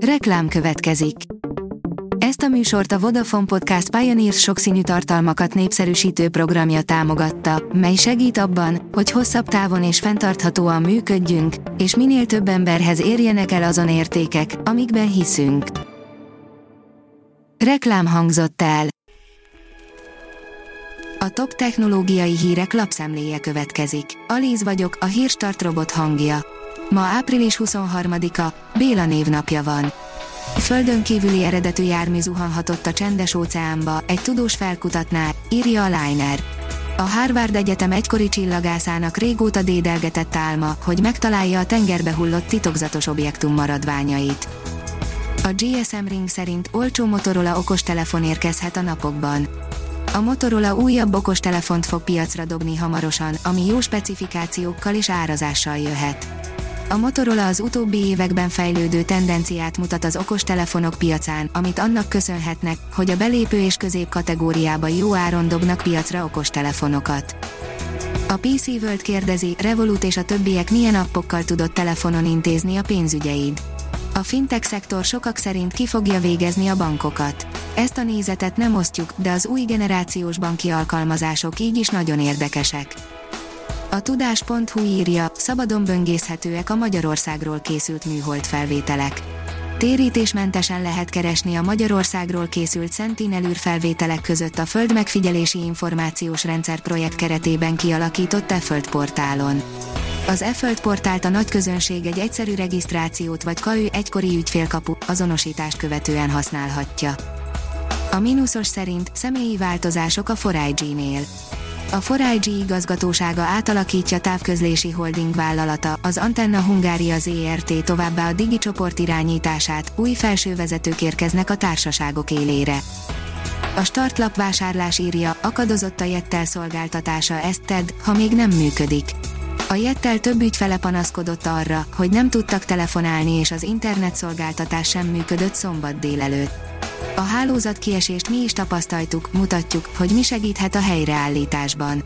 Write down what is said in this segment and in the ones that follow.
Reklám következik. Ezt a műsort a Vodafone Podcast Pioneers sokszínű tartalmakat népszerűsítő programja támogatta, mely segít abban, hogy hosszabb távon és fenntarthatóan működjünk, és minél több emberhez érjenek el azon értékek, amikben hiszünk. Reklám hangzott el. A top technológiai hírek lapszemléje következik. Alíz vagyok, a Hírstart robot hangja. Ma április 23-a, Béla névnapja van. Földön kívüli eredetű jármű zuhanhatott a Csendes-óceánba, egy tudós felkutatná, írja a Liner. A Harvard Egyetem egykori csillagászának régóta dédelgetett álma, hogy megtalálja a tengerbe hullott titokzatos objektum maradványait. A GSM Ring szerint olcsó Motorola okostelefon érkezhet a napokban. A Motorola újabb okostelefont fog piacra dobni hamarosan, ami jó specifikációkkal és árazással jöhet. A Motorola az utóbbi években fejlődő tendenciát mutat az okostelefonok piacán, amit annak köszönhetnek, hogy a belépő és közép kategóriába jó áron dobnak piacra okostelefonokat. A PC World kérdezi, Revolut és a többiek milyen appokkal tudod telefonon intézni a pénzügyeid. A fintech szektor sokak szerint ki fogja végezni a bankokat. Ezt a nézetet nem osztjuk, de az új generációs banki alkalmazások így is nagyon érdekesek. A tudás.hu írja, szabadon böngészhetőek a Magyarországról készült műholdfelvételek. Térítésmentesen lehet keresni a Magyarországról készült Sentinel űrfelvételek között a Földmegfigyelési Információs Rendszer projekt keretében kialakított eFöld portálon. Az eFöld portált a nagyközönség egy egyszerű regisztrációt vagy KÜ egykori ügyfélkapu azonosítást követően használhatja. A mínuszos szerint személyi változások a 4iG-nél. A 4iG igazgatósága átalakítja távközlési holding vállalata, az Antenna Hungária Zrt. Továbbá a Digi csoport irányítását, új felsővezetők érkeznek a társaságok élére. A startlap vásárlás írja, akadozott a Jettel szolgáltatása, ezt tedd, ha még nem működik. A Jettel több ügyfele panaszkodott arra, hogy nem tudtak telefonálni és az internetszolgáltatás sem működött szombat délelőtt. A hálózatkiesést mi is tapasztaltuk, mutatjuk, hogy mi segíthet a helyreállításban.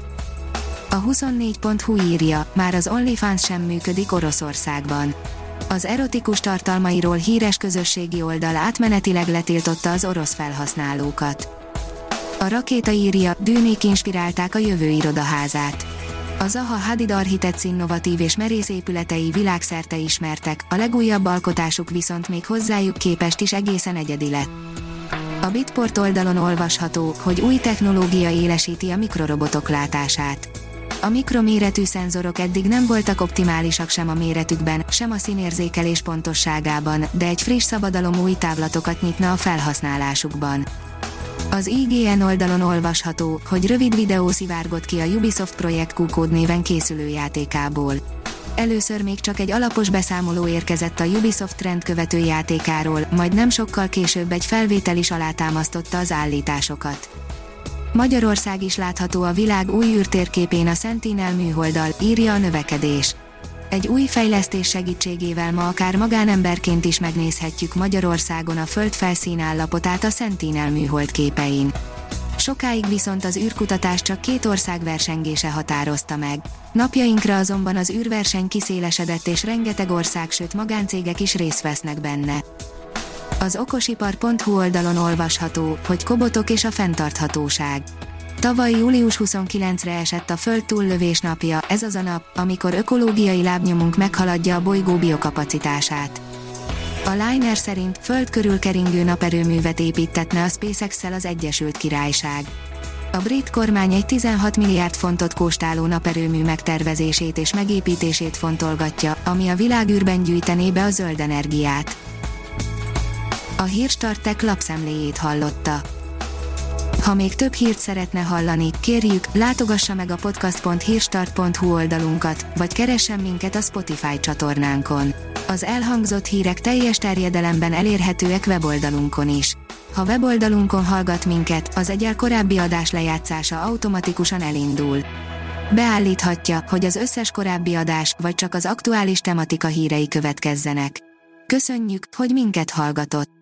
A 24.hu írja, már az OnlyFans sem működik Oroszországban. Az erotikus tartalmairól híres közösségi oldal átmenetileg letiltotta az orosz felhasználókat. A Rakéta írja, dűnék inspirálták a jövő irodaházát. A Zaha Hadid Architects innovatív és merész épületei világszerte ismertek, a legújabb alkotásuk viszont még hozzájuk képest is egészen egyedi lett. A Bitport oldalon olvasható, hogy új technológia élesíti a mikrorobotok látását. A mikroméretű szenzorok eddig nem voltak optimálisak sem a méretükben, sem a színérzékelés pontosságában, de egy friss szabadalom új távlatokat nyitna a felhasználásukban. Az IGN oldalon olvasható, hogy rövid videó szivárgott ki a Ubisoft Projekt Q kódnéven készülő játékából. Először még csak egy alapos beszámoló érkezett a Ubisoft trendkövető játékáról, majd nem sokkal később egy felvétel is alátámasztotta az állításokat. Magyarország is látható a világ új űrtérképén a Sentinel műholddal, írja a Növekedés. Egy új fejlesztés segítségével ma akár magánemberként is megnézhetjük Magyarországon a Föld felszínállapotát a Sentinel műhold képein. Sokáig viszont az űrkutatás csak két ország versengése határozta meg. Napjainkra azonban az űrverseny kiszélesedett és rengeteg ország, sőt magáncégek is részt vesznek benne. Az okosipar.hu oldalon olvasható, hogy kobotok és a fenntarthatóság. Tavaly július 29-re esett a Föld túllövés napja, ez az a nap, amikor ökológiai lábnyomunk meghaladja a bolygó biokapacitását. A Liner szerint Föld körül keringő naperőművet építtetne a SpaceX-szel az Egyesült Királyság. A brit kormány egy 16 milliárd fontot kóstáló naperőmű megtervezését és megépítését fontolgatja, ami a világűrben gyűjtené be a zöld energiát. A Hírstart Tech lapszemléjét hallotta. Ha még több hírt szeretne hallani, kérjük, látogassa meg a podcast.hírstart.hu oldalunkat, vagy keressen minket a Spotify csatornánkon. Az elhangzott hírek teljes terjedelemben elérhetőek weboldalunkon is. Ha weboldalunkon hallgat minket, az egyel korábbi adás lejátszása automatikusan elindul. Beállíthatja, hogy az összes korábbi adás, vagy csak az aktuális tematika hírei következzenek. Köszönjük, hogy minket hallgatott!